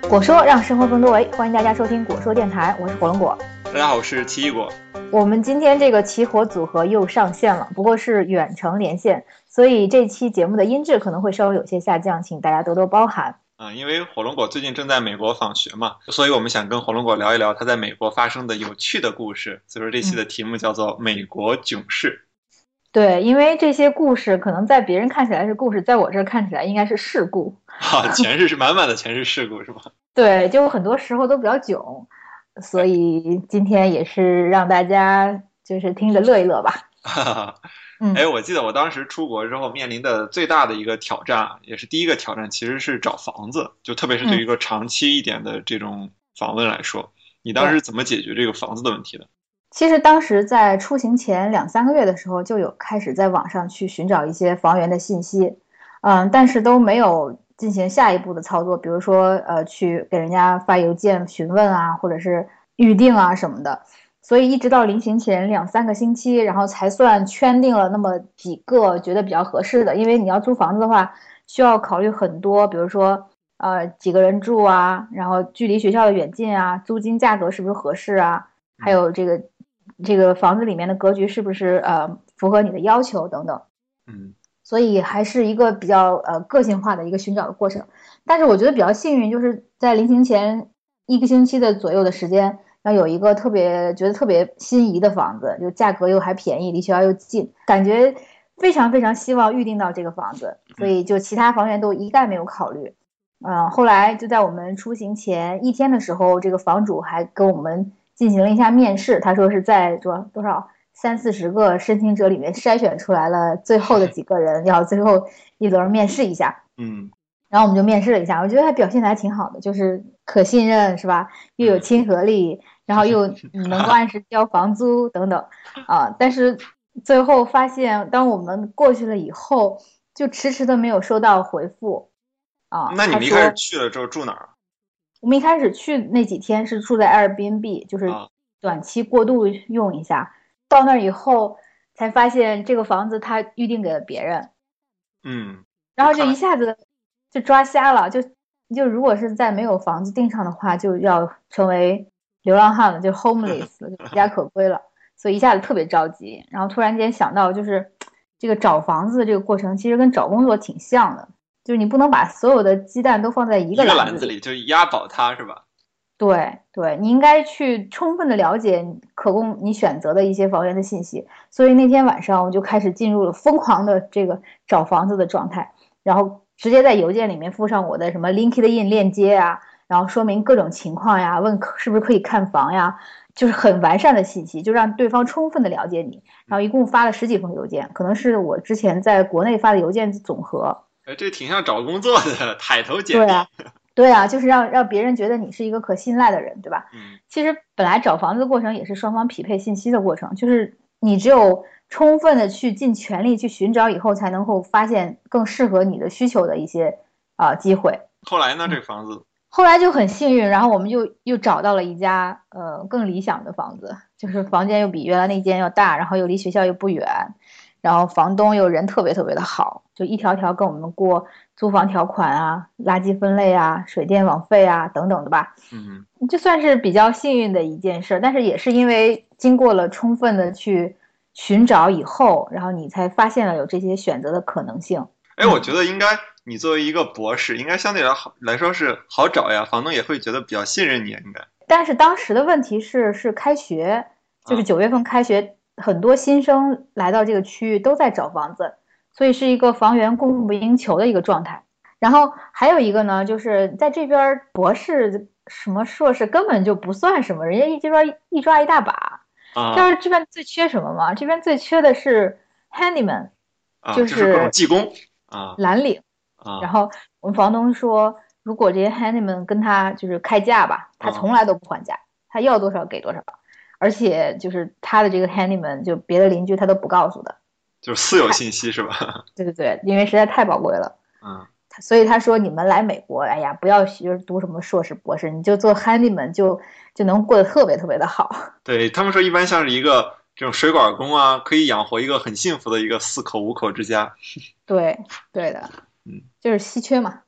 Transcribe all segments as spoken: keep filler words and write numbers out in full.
果说让生活更多维，欢迎大家收听果说电台，我是火龙果。 大家好，我是奇异果。 我们今天这个奇火组合又上线了，不过是远程连线，所以这期节目的音质可能会稍微有些下降，请大家多多包涵。 嗯，因为火龙果最近正在美国访学嘛，所以我们想跟火龙果聊一聊他在美国发生的有趣的故事，所以说这期的题目叫做美国囧事。 对，因为这些故事可能在别人看起来是故事，在我这儿看起来应该是事故。 啊，全是满满的全是事故是吧？ 对，就很多时候都比较囧，所以今天也是让大家就是听着乐一乐吧。 嗯，哎，我记得我当时出国之后面临的最大的一个挑战，也是第一个挑战，其实是找房子，就特别是对于一个长期一点的这种访问来说，嗯、你当时怎么解决这个房子的问题的？ 其实当时在出行前两三个月的时候，就有开始在网上去寻找一些房源的信息，嗯，但是都没有进行下一步的操作，比如说呃去给人家发邮件询问啊，或者是预定啊什么的。所以一直到临行前两三个星期，然后才算圈定了那么几个觉得比较合适的。因为你要租房子的话，需要考虑很多，比如说呃几个人住啊，然后距离学校的远近啊，租金价格是不是合适啊，还有这个这个房子里面的格局是不是呃符合你的要求等等。 嗯， 所以还是一个比较呃个性化的一个寻找的过程。但是我觉得比较幸运，就是在临行前一个星期的左右的时间。然后有一个特别觉得特别心仪的房子，就价格又还便宜，离学校又近，感觉非常非常希望预定到这个房子，所以就其他房源都一概没有考虑。嗯，后来就在我们出行前一天的时候，这个房主还跟我们进行了一下面试，他说是在多多少三四十个申请者里面筛选出来了最后的几个人，要最后一轮面试一下。 嗯。 然后我们就面试了一下，我觉得他表现的还挺好的，就是可信任是吧？又有亲和力，然后又能够按时交房租等等啊。但是最后发现，当我们过去了以后，就迟迟的没有收到回复啊。 那你们一开始去了之后住哪儿？ 我们一开始去那几天是住在 Airbnb， 就是短期过渡用一下。到那儿以后才发现这个房子他预定给了别人， 嗯， 然后就一下子。就抓瞎了，就就如果是在没有房子订上的话，就要成为流浪汉了，就 homeless， 就无家可归了，所以一下子特别着急。然后突然间想到，就是这个找房子的这个过程，其实跟找工作挺像的，就是你不能把所有的鸡蛋都放在一个篮子里， 一个篮子里就押宝它是吧？ 对对，你应该去充分的了解可供你选择的一些房源的信息。所以那天晚上我就开始进入了疯狂的这个找房子的状态，然后直接在邮件里面附上我的什么 LinkedIn 链接啊，然后说明各种情况呀，问是不是可以看房呀，就是很完善的信息，就让对方充分的了解你。然后一共发了十几封邮件，可能是我之前在国内发的邮件总和。 哎，这挺像找工作的抬头简历。 对啊，对啊，就是让让别人觉得你是一个可信赖的人，对吧？ 嗯， 其实本来找房子的过程也是双方匹配信息的过程，就是你只有充分的去尽全力去寻找以后，才能够发现更适合你的需求的一些啊、呃、机会。 后来呢，这个房子、嗯、 后来就很幸运，然后我们就又找到了一家呃更理想的房子，就是房间又比原来那间要大，然后又离学校又不远，然后房东又人特别特别的好，就一条条跟我们过租房条款啊、垃圾分类啊、水电网费啊等等的吧。 嗯， 就算是比较幸运的一件事，但是也是因为经过了充分的去寻找以后，然后你才发现了有这些选择的可能性。 哎，我觉得应该你作为一个博士，应该相对来好来说是好找呀，房东也会觉得比较信任你，应该。 但是当时的问题是是开学，就是九月份开学，啊、很多新生来到这个区域都在找房子，所以是一个房源供不应求的一个状态。然后还有一个呢，就是在这边博士什么硕士根本就不算什么，人家一这边一抓一大把。 啊， 知道这边最缺什么吗？这边最缺的是 handyman，、 啊、 就是各种技工啊， 蓝领。 啊， 然后我们房东说，如果这些 handyman 跟他就是开价吧，他从来都不还价，啊、他要多少给多少，而且就是他的这个 handyman 就别的邻居他都不告诉的， 就是私有信息是吧？ 对对对，因为实在太宝贵了。 嗯， 所以他说你们来美国，哎呀，不要学读什么硕士博士，你就做 handyman 就就能过得特别特别的好。 对，他们说一般像是一个这种水管工啊，可以养活一个很幸福的一个四口五口之家。 对对的，嗯，就是稀缺嘛。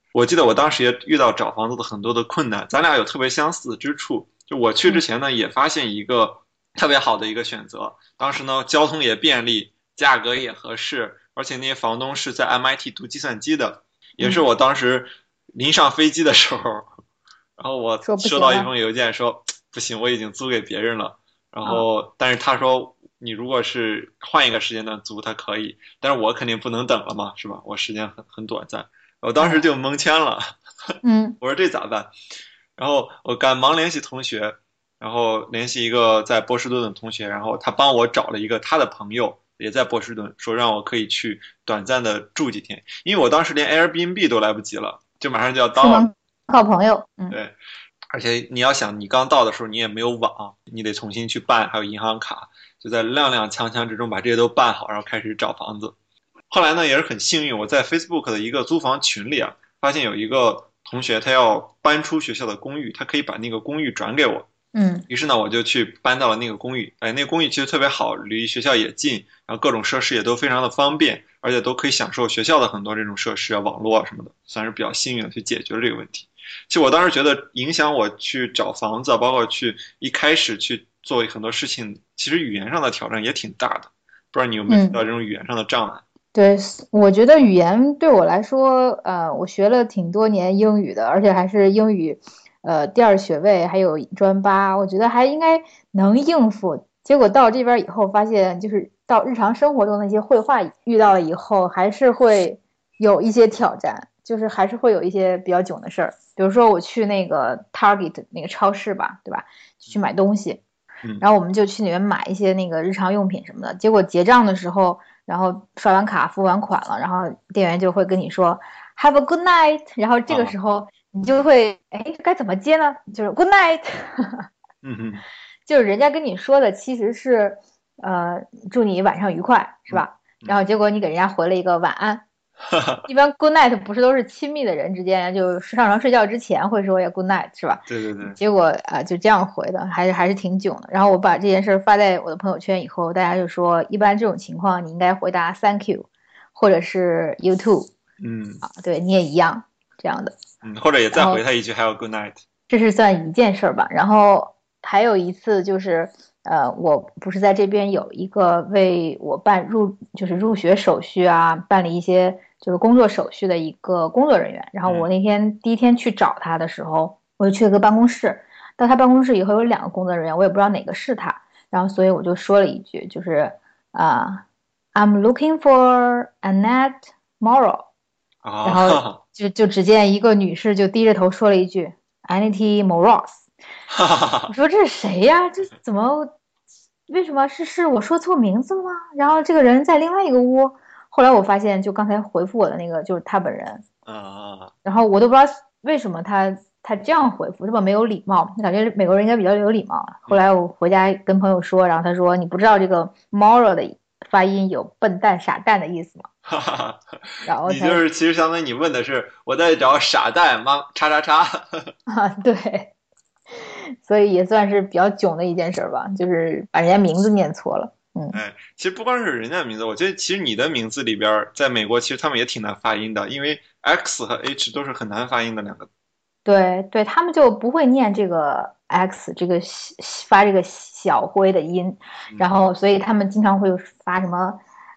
我记得我当时也遇到找房子的很多的困难，咱俩有特别相似之处。就我去之前呢，也发现一个特别好的一个选择。当时呢，交通也便利，价格也合适，而且那些房东是在 M I T 读计算机的，也是我当时临上飞机的时候，然后我收到一封邮件说不行，我已经租给别人了。然后，但是他说你如果是换一个时间段租，他可以，但是我肯定不能等了嘛，是吧？我时间很很短暂。我当时就蒙圈了， 嗯， 我说这咋办？然后我赶忙联系同学，然后联系一个在波士顿的同学，然后他帮我找了一个他的朋友也在波士顿，说让我可以去短暂的住几天，因为我当时连 Airbnb 都来不及了，就马上就要到了， 靠朋友，嗯， 对，而且你要想，你刚到的时候你也没有网，你得重新去办，还有银行卡，就在踉踉跄跄之中把这些都办好，然后开始找房子。后来呢，也是很幸运，我在 Facebook 的一个租房群里啊，发现有一个同学他要搬出学校的公寓，他可以把那个公寓转给我。 嗯， 于是呢，我就去搬到了那个公寓。哎，那个公寓其实特别好，离学校也近，然后各种设施也都非常的方便，而且都可以享受学校的很多这种设施啊、网络啊什么的，算是比较幸运的去解决了这个问题。其实我当时觉得影响我去找房子，包括去一开始去做很多事情，其实语言上的挑战也挺大的。不知道你有没有遇到这种语言上的障碍？ 对，我觉得语言对我来说，呃，我学了挺多年英语的，而且还是英语，呃，第二学位，还有专八，我觉得还应该能应付。结果到这边以后，发现就是到日常生活中那些绘画遇到了以后，还是会有一些挑战，就是还是会有一些比较囧的事儿。比如说我去那个 Target 那个超市吧，对吧？去买东西，然后我们就去里面买一些那个日常用品什么的。结果结账的时候，然后刷完卡付完款了，然后店员就会跟你说 Have a good night， 然后这个时候你就会哎该怎么接呢？就是 Good night， 嗯哼， 就是人家跟你说的其实是呃祝你晚上愉快是吧？然后结果你给人家回了一个晚安。一般 good night 不是都是亲密的人之间，就上床睡觉之前会说也 good night 是吧？ 对对对。 结果啊、呃、就这样回的，还是还是挺囧的。然后我把这件事发在我的朋友圈以后，大家就说，一般这种情况你应该回答 thank you，或者是 you too。 嗯， 啊，对你也一样这样的。 嗯，或者也再回他一句还有 good night。 这是算一件事吧。然后还有一次就是。呃，我不是在这边有一个为我办入就是入学手续啊，办理一些就是工作手续的一个工作人员。然后我那天第一天去找他的时候，我就去了个办公室。到他办公室以后有两个工作人员，我也不知道哪个是他。然后所以我就说了一句，就是啊、呃、，I'm looking for Annette Morrow。然后就就只见一个女士就低着头说了一句 Annette Morrow。我说这是谁呀？这怎么？为什么是是我说错名字了吗？然后这个人在另外一个屋。后来我发现，就刚才回复我的那个就是他本人。 啊， 然后我都不知道为什么他他这样回复，这么没有礼貌。感觉美国人应该比较有礼貌。后来我回家跟朋友说，然后他说你不知道这个 moral 的发音有笨蛋、傻蛋的意思吗？ 哈哈， 然后你就是其实相当于你问的是我在找傻蛋妈叉叉叉。 啊，对。所以也算是比较囧的一件事吧，就是把人家名字念错了。嗯， 哎，其实不光是人家的名字，我觉得其实你的名字里边，在美国其实他们也挺难发音的，因为 X 和 H 都是很难发音的两个。 对对，他们就不会念这个 X 这个发这个小灰的音，然后所以他们经常会发什么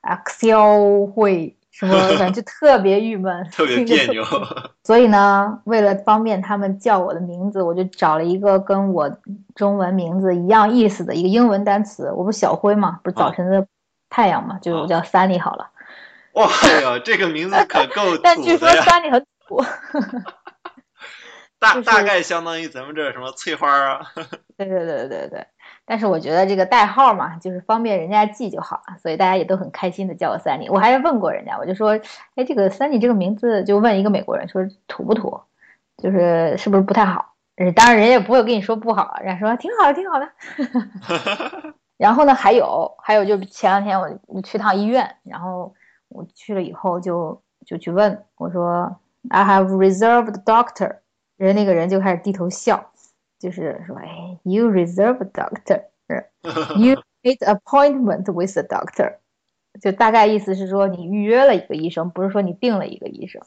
X 幺会什么，反正就特别郁闷， 特别别扭。 所以呢，为了方便他们叫我的名字，我就找了一个跟我中文名字一样意思的一个英文单词。我不是小灰嘛，不是早晨的太阳嘛，就我叫 Sunny 好了。 哇呀，这个名字可够土的呀！ 但据说 Sunny 很土。 大大概相当于咱们这什么翠花啊。 对对对对对，但是我觉得这个代号嘛，就是方便人家记就好了，所以大家也都很开心的叫我 Sunny。我还问过人家，我就说，哎，这个 Sunny 这个名字，就问一个美国人说土不土，就是是不是不太好？当然人家也不会跟你说不好，人家说挺好的，挺好的。然后呢，还有还有，就前两天我我去趟医院，然后我去了以后就就去问我说 I have reserved doctor。人那个人就开始低头笑，就是说，哎 ，You reserve a doctor，You made appointment with a doctor，就大概意思是说你预约了一个医生，不是说你定了一个医生。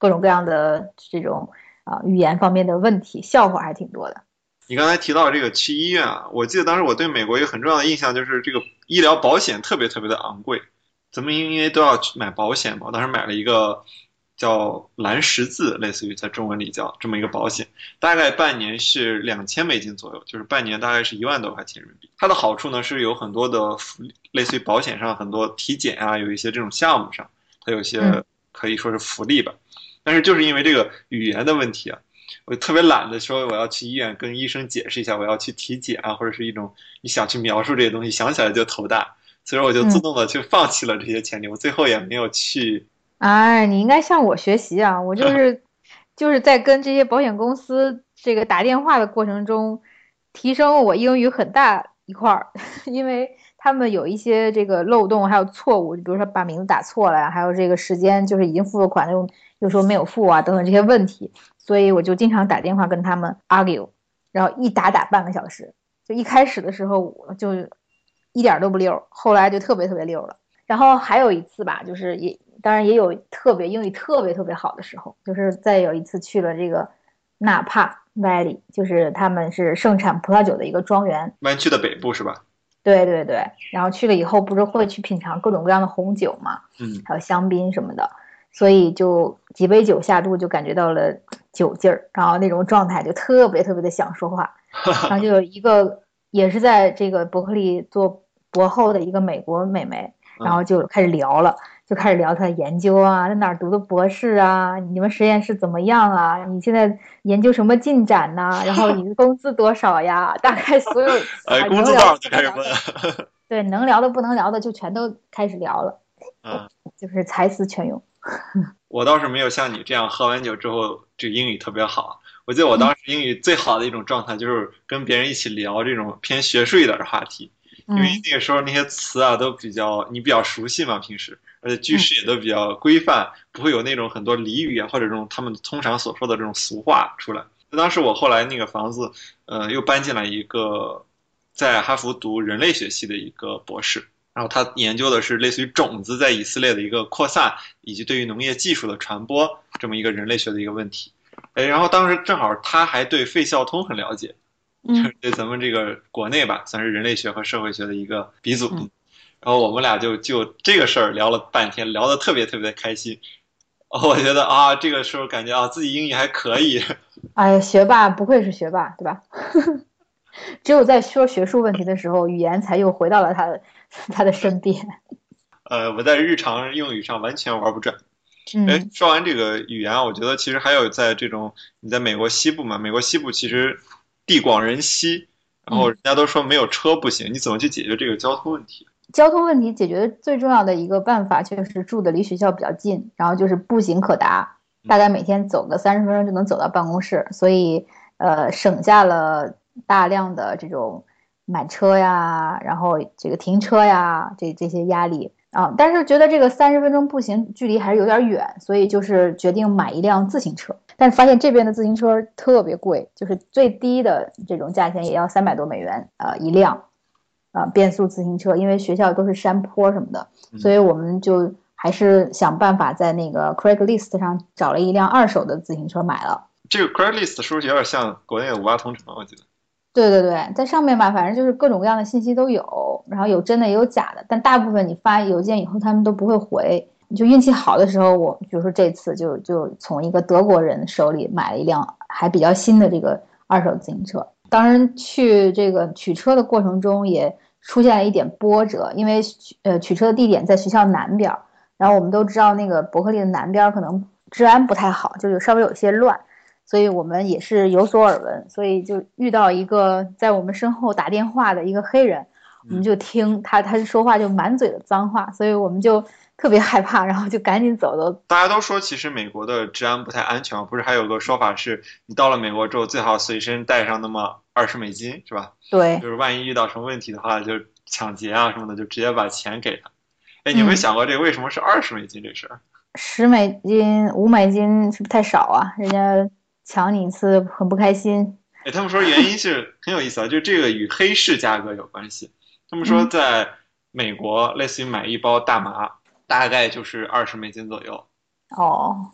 各种各样的这种啊、呃、语言方面的问题，笑话还挺多的。 你刚才提到这个去医院啊，我记得当时我对美国一个很重要的印象就是这个医疗保险特别特别的昂贵，咱们因为都要去买保险嘛，我当时买了一个叫蓝十字，类似于在中文里叫这么一个保险，大概半年是两千美金左右，就是半年大概是一万多块钱人民币。它的好处呢是有很多的福利，类似于保险上很多体检啊，有一些这种项目上，它有些可以说是福利吧。但是就是因为这个语言的问题啊。我特别懒得说我要去医院跟医生解释一下我要去体检啊，或者是一种你想去描述这些东西，想起来就头大，所以我就自动的去放弃了这些潜力，我最后也没有去。 哎，你应该向我学习啊！我就是就是在跟这些保险公司这个打电话的过程中，提升我英语很大一块儿，因为他们有一些这个漏洞还有错误，比如说把名字打错了呀，还有这个时间就是已经付了款又又说没有付啊等等这些问题，所以我就经常打电话跟他们 argue， 然后一打打半个小时。就一开始的时候我就一点都不溜，后来就特别特别溜了。然后还有一次吧，就是也当然也有特别英语特别特别好的时候，就是再有一次去了这个纳帕 Valley， 就是他们是盛产葡萄酒的一个庄园， 湾区的北部是吧？ 对对对，然后去了以后不是会去品尝各种各样的红酒嘛， 嗯， 还有香槟什么的，所以就几杯酒下肚就感觉到了酒劲儿，然后那种状态就特别特别的想说话，然后就有一个也是在这个伯克利做博后的一个美国美眉，然后就开始聊了，就开始聊她的研究啊，在哪儿读的博士啊，你们实验室怎么样啊，你现在研究什么进展呐、然后你的工资多少呀，大概所有哎，工资多少就开始问。 对，能聊的不能聊的就全都开始聊了， 嗯， 就是才思泉涌。 我倒是没有像你这样喝完酒之后这个英语特别好。我记得我当时英语最好的一种状态就是跟别人一起聊这种偏学术一点的话题，因为那个时候那些词啊都比较你比较熟悉嘛，平时而且句式也都比较规范，不会有那种很多俚语啊或者这种他们通常所说的这种俗话出来。当时我后来那个房子，呃，又搬进来一个在哈佛读人类学系的一个博士。然后他研究的是类似于种子在以色列的一个扩散，以及对于农业技术的传播这么一个人类学的一个问题。哎，然后当时正好他还对费孝通很了解，就是对咱们这个国内吧，算是人类学和社会学的一个鼻祖。 嗯、 然后我们俩就就这个事儿聊了半天，聊得特别特别的开心。我觉得啊，这个时候感觉啊自己英语还可以。 哎呀，学霸不愧是学霸，对吧？只有在说学术问题的时候，语言才又回到了他的他的身边。 呃，我在日常英语上完全玩不转。哎， 嗯， 说完这个语言啊，我觉得其实还有在这种你在美国西部嘛，美国西部其实地广人稀，然后人家都说没有车不行，你怎么去解决这个交通问题？ 交通问题解决最重要的一个办法就是住的离学校比较近，然后就是步行可达，大概每天走个三十分钟就能走到办公室，所以呃省下了大量的这种买车呀，然后这个停车呀，这这些压力啊。但是觉得这个三十分钟步行距离还是有点远，所以就是决定买一辆自行车。但是发现这边的自行车特别贵，就是最低的这种价钱也要三百多美元呃一辆。呃，变速自行车，因为学校都是山坡什么的，所以我们就还是想办法在那个 Craigslist 上找了一辆二手的自行车买了。 这个 Craigslist 是不是有点像国内的五八同城？我记得。 对对对，在上面吧，反正就是各种各样的信息都有，然后有真的也有假的，但大部分你发邮件以后他们都不会回。你就运气好的时候，我比如说这次就就从一个德国人手里买了一辆还比较新的这个二手自行车。当然去这个取车的过程中也出现了一点波折，因为呃取车的地点在学校南边，然后我们都知道那个伯克利的南边可能治安不太好，就有稍微有些乱。所以我们也是有所耳闻，所以就遇到一个在我们身后打电话的一个黑人，我们就听他他说话就满嘴的脏话，所以我们就特别害怕，然后就赶紧走走。 大家都说其实美国的治安不太安全，不是还有个说法是，你到了美国之后最好随身带上那么二十美金，是吧？ 对， 就是万一遇到什么问题的话，就抢劫啊什么的，就直接把钱给他。哎，你有没有想过这为什么是二十美金这事儿？ 十美金、五美金是不是太少啊？人家抢你一次很不开心。 哎，他们说原因是很有意思啊，就这个与黑市价格有关系。他们说在美国，类似于买一包大麻，大概就是二十美金左右。 哦，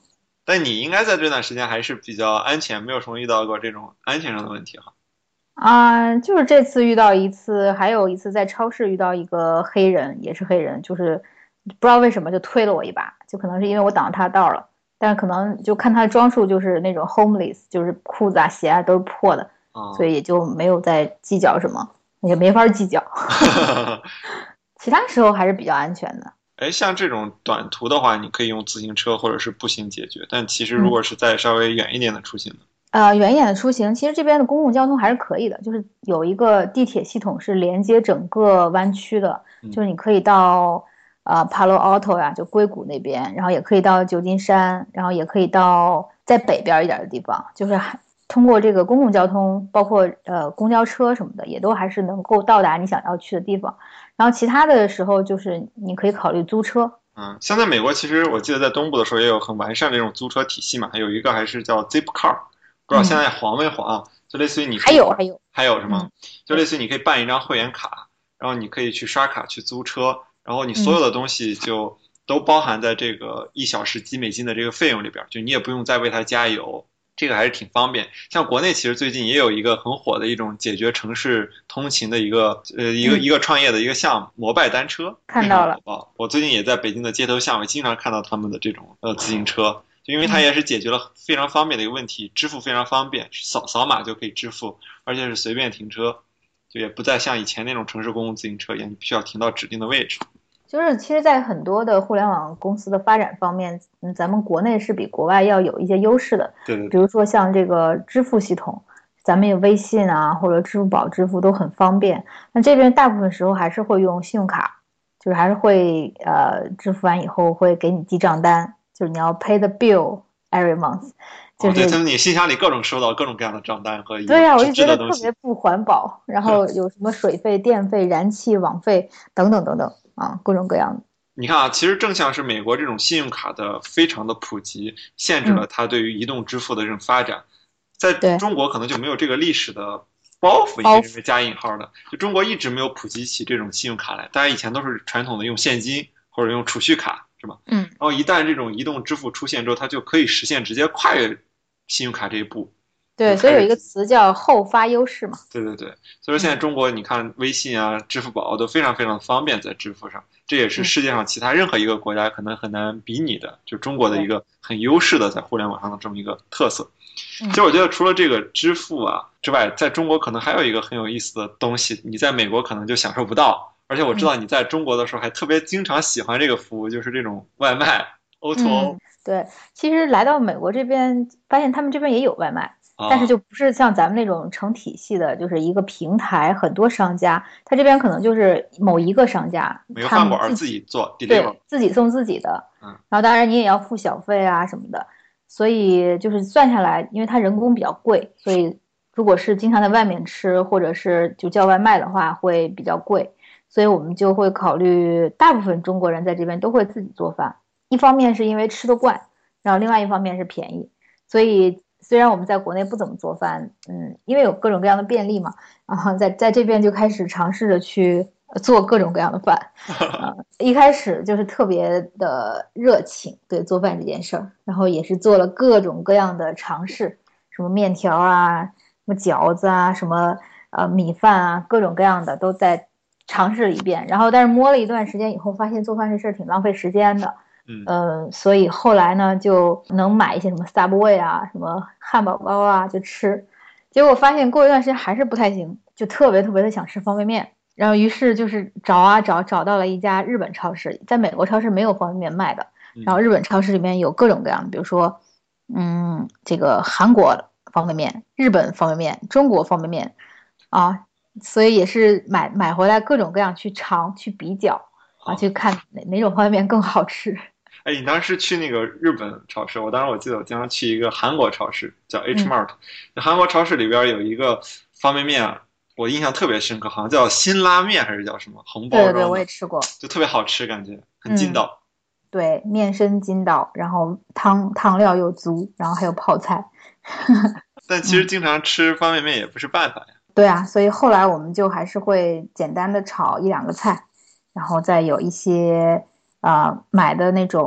但你应该在这段时间还是比较安全，没有什么遇到过这种安全上的问题哈。 啊，就是这次遇到一次，还有一次在超市遇到一个黑人，也是黑人，就是不知道为什么就推了我一把，就可能是因为我挡着他道了，但是可能就看他的装束就是那种 homeless，就是裤子啊鞋啊都是破的，所以也就没有再计较什么，也没法计较。其他时候还是比较安全的。 哎，像这种短途的话，你可以用自行车或者是步行解决，但其实如嗯果是在稍微远一点的出行呢？ 呃，远一点的出行，其实这边的公共交通还是可以的，就是有一个地铁系统是连接整个湾区的，就是你可以到呃 Palo Alto 呀，就硅谷那边，然后也可以到旧金山，然后也可以到在北边一点的地方，就是通过这个公共交通，包括呃公交车什么的，也都还是能够到达你想要去的地方。然后其他的时候，就是你可以考虑租车。 嗯，像在美国，其实我记得在东部的时候也有很完善的这种租车体系嘛，还有一个还是叫 Zipcar，不知道现在黄没黄啊？就类似于你还有还有还有什么？ 嗯、 就类似于你可以办一张会员卡，然后你可以去刷卡去租车，然后你所嗯有的东西就都包含在这个一小时几美金的这个费用里边，就你也不用再为它加油。这个还是挺方便。像国内其实最近也有一个很火的一种解决城市通勤的一个呃一个一个创业的一个项目，摩拜单车， 看到了。 火爆。我最近也在北京的街头巷尾经常看到他们的这种呃自行车，就因为它也是解决了非常方便的一个问题，支付非常方便，扫扫码就可以支付，而且是随便停车，就也不再像以前那种城市公共自行车一样，你必须要停到指定的位置。 就是其实，在很多的互联网公司的发展方面，嗯，咱们国内是比国外要有一些优势的。 对对对。 比如说像这个支付系统，咱们有微信啊，或者支付宝支付都很方便。那这边大部分时候还是会用信用卡，就是还是会呃支付完以后会给你记账单，就是你要 pay the bill every month。就哦，对， 是他们你信箱里各种收到各种各样的账单和对呀、我纸就觉得质的东西。 特别不环保。然后有什么水费、电费、燃气、网费等等等等啊，各种各样的。 你看啊，其实正像是美国这种信用卡的非常的普及，限制了它对于移动支付的这种发展。在对中国可能就没有这个历史的包袱，应该是加引号的。就中国一直没有普及起这种信用卡来，大家以前都是传统的用现金或者用储蓄卡，是吧？ 嗯。 然后一旦这种移动支付出现之后，它就可以实现直接跨越信用卡这一步。 对，所以有一个词叫后发优势嘛。 对对对，所以说现在中国你看微信啊、支付宝都非常非常方便在支付上，这也是世界上其他任何一个国家可能很难比拟的，就中国的一个很优势的在互联网上的这么一个特色。其实我觉得除了这个支付啊之外，在中国可能还有一个很有意思的东西，你在美国可能就享受不到，而且我知道你在中国的时候还特别经常喜欢这个服务，就是这种外卖 O to O。 嗯，对，其实来到美国这边，发现他们这边也有外卖。但是就不是像咱们那种成体系的，就是一个平台，很多商家，他这边可能就是某一个商家， 每个饭馆自己做， 对，自己送自己的， 嗯， 然后当然你也要付小费啊什么的，所以就是算下来，因为它人工比较贵，所以如果是经常在外面吃或者是就叫外卖的话，会比较贵，所以我们就会考虑，大部分中国人在这边都会自己做饭，一方面是因为吃得惯，然后另外一方面是便宜，所以。虽然我们在国内不怎么做饭，嗯，因为有各种各样的便利嘛，然后在在这边就开始尝试着去做各种各样的饭，啊、呃，一开始就是特别的热情，对做饭这件事儿，然后也是做了各种各样的尝试，什么面条啊，什么饺子啊，什么呃米饭啊，各种各样的都在尝试了一遍，然后但是摸了一段时间以后，发现做饭这事儿挺浪费时间的。 嗯， 呃，所以后来呢，就能买一些什么 Subway 啊，什么汉堡包啊，就吃。结果发现过一段时间还是不太行，就特别特别的想吃方便面。然后于是就是找啊找，找到了一家日本超市，在美国超市没有方便面卖的。然后日本超市里面有各种各样的，比如说，嗯，这个韩国方便面、日本方便面、中国方便面啊，所以也是买买回来各种各样去尝去比较啊，去看哪哪种方便面更好吃。 哎，你当时去那个日本超市，我当时我记得我经常去一个韩国超市，叫 H Mart。嗯、韩国超市里边有一个方便面，我印象特别深刻，好像叫辛拉面还是叫什么红包装的。 对对，我也吃过， 就特别好吃，感觉很筋道。 嗯、对，面身筋道，然后汤汤料又足，然后还有泡菜。 但其实经常吃方便面也不是办法呀。 嗯、对啊，所以后来我们就还是会简单的炒一两个菜，然后再有一些。啊、呃，买的那种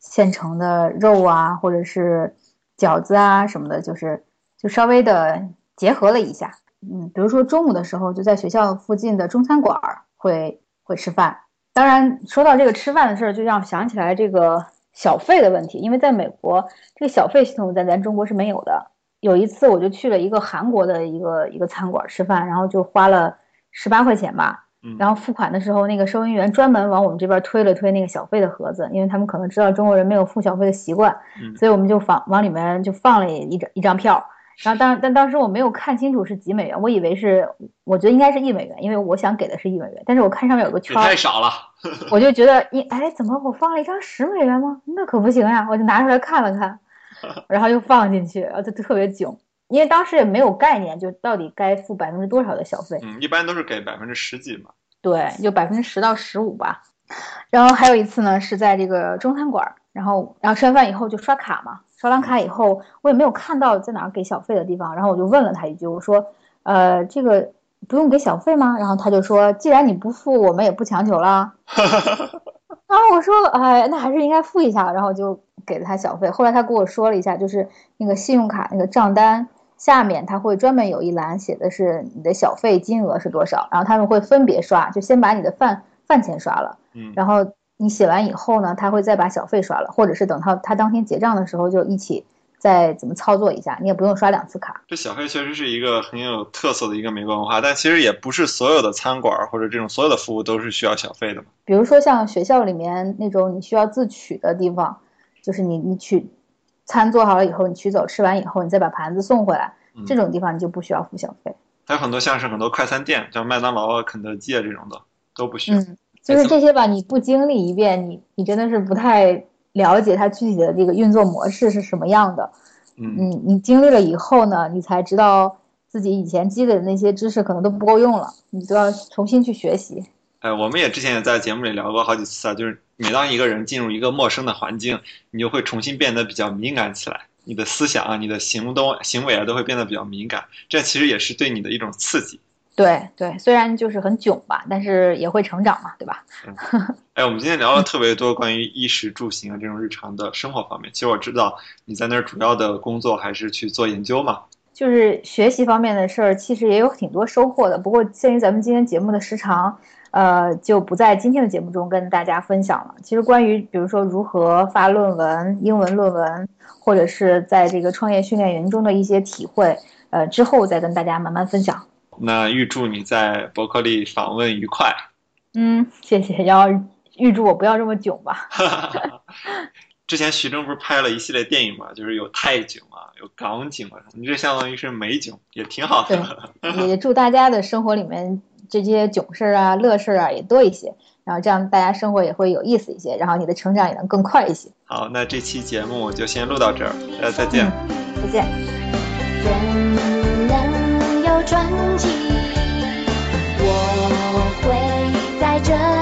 现成的肉啊，或者是饺子啊什么的，就是就稍微的结合了一下。嗯，比如说中午的时候就在学校附近的中餐馆会会吃饭。当然说到这个吃饭的事儿，就让我想起来这个小费的问题，因为在美国这个小费系统在咱中国是没有的。有一次我就去了一个韩国的一个一个餐馆吃饭，然后就花了十八块钱吧，然后付款的时候那个收银员专门往我们这边推了推那个小费的盒子，因为他们可能知道中国人没有付小费的习惯，所以我们就放往里面就放了一张一张票。然后当但当时我没有看清楚是几美元，我以为是，我觉得应该是一美元，因为我想给的是一美元，但是我看上面有个圈， 太少了， 我就觉得，哎，怎么我放了一张十美元吗？那可不行呀！我就拿出来看了看，然后又放进去，然后就特别囧，因为当时也没有概念，就到底该付百分之多少的小费。 嗯，一般都是给百分之十几嘛。 对，就百分之十到十五吧。然后还有一次呢，是在这个中餐馆，然后然后吃完饭以后就刷卡嘛。刷完卡以后，我也没有看到在哪儿给小费的地方，然后我就问了他一句，我说，呃，这个不用给小费吗？然后他就说，既然你不付，我们也不强求了。然后我说，哎，那还是应该付一下，然后就给了他小费。后来他跟我说了一下，就是那个信用卡那个账单下面他会专门有一栏写的是你的小费金额是多少，然后他们会分别刷，就先把你的饭饭钱刷了， 嗯， 然后你写完以后呢，他会再把小费刷了，或者是等他他当天结账的时候就一起再怎么操作一下，你也不用刷两次卡。 这小费确实是一个很有特色的一个美国文化，但其实也不是所有的餐馆或者这种所有的服务都是需要小费的嘛。 比如说像学校里面那种你需要自取的地方，就是你你取餐做好了以后，你取走，吃完以后你再把盘子送回来， 嗯、 这种地方你就不需要付小费。 还有很多像是很多快餐店，像麦当劳啊、肯德基啊这种的都不需要。 嗯，就是这些吧，你不经历一遍，你你真的是不太了解它具体的这个运作模式是什么样的。 嗯， 你你经历了以后呢，你才知道自己以前积累的那些知识可能都不够用了，你都要重新去学习。 哎，我们也之前也在节目里聊过好几次啊，就是每当一个人进入一个陌生的环境，你就会重新变得比较敏感起来，你的思想啊、你的行动行为啊都会变得比较敏感，这其实也是对你的一种刺激。 对对，虽然就是很囧吧，但是也会成长嘛，对吧？ 嗯、哎，我们今天聊了特别多关于衣食住行啊这种日常的生活方面。其实我知道你在那儿主要的工作还是去做研究嘛， 就是学习方面的事儿，其实也有挺多收获的。不过鉴于咱们今天节目的时长，呃，就不在今天的节目中跟大家分享了。其实关于比如说如何发论文、英文论文，或者是在这个创业训练营中的一些体会，呃，之后再跟大家慢慢分享。 那预祝你在伯克利访问愉快。 嗯，谢谢。然后预祝我不要这么囧吧。 之前徐峥不是拍了一系列电影嘛，就是有泰囧啊，有港囧啊，你这相当于是美囧，也挺好的。 对，也祝大家的生活里面这些囧事啊、乐事啊也多一些，然后这样大家生活也会有意思一些，然后你的成长也能更快一些。 好，那这期节目就先录到这儿，大家再见。 嗯，再见。 人人有传奇，我会在这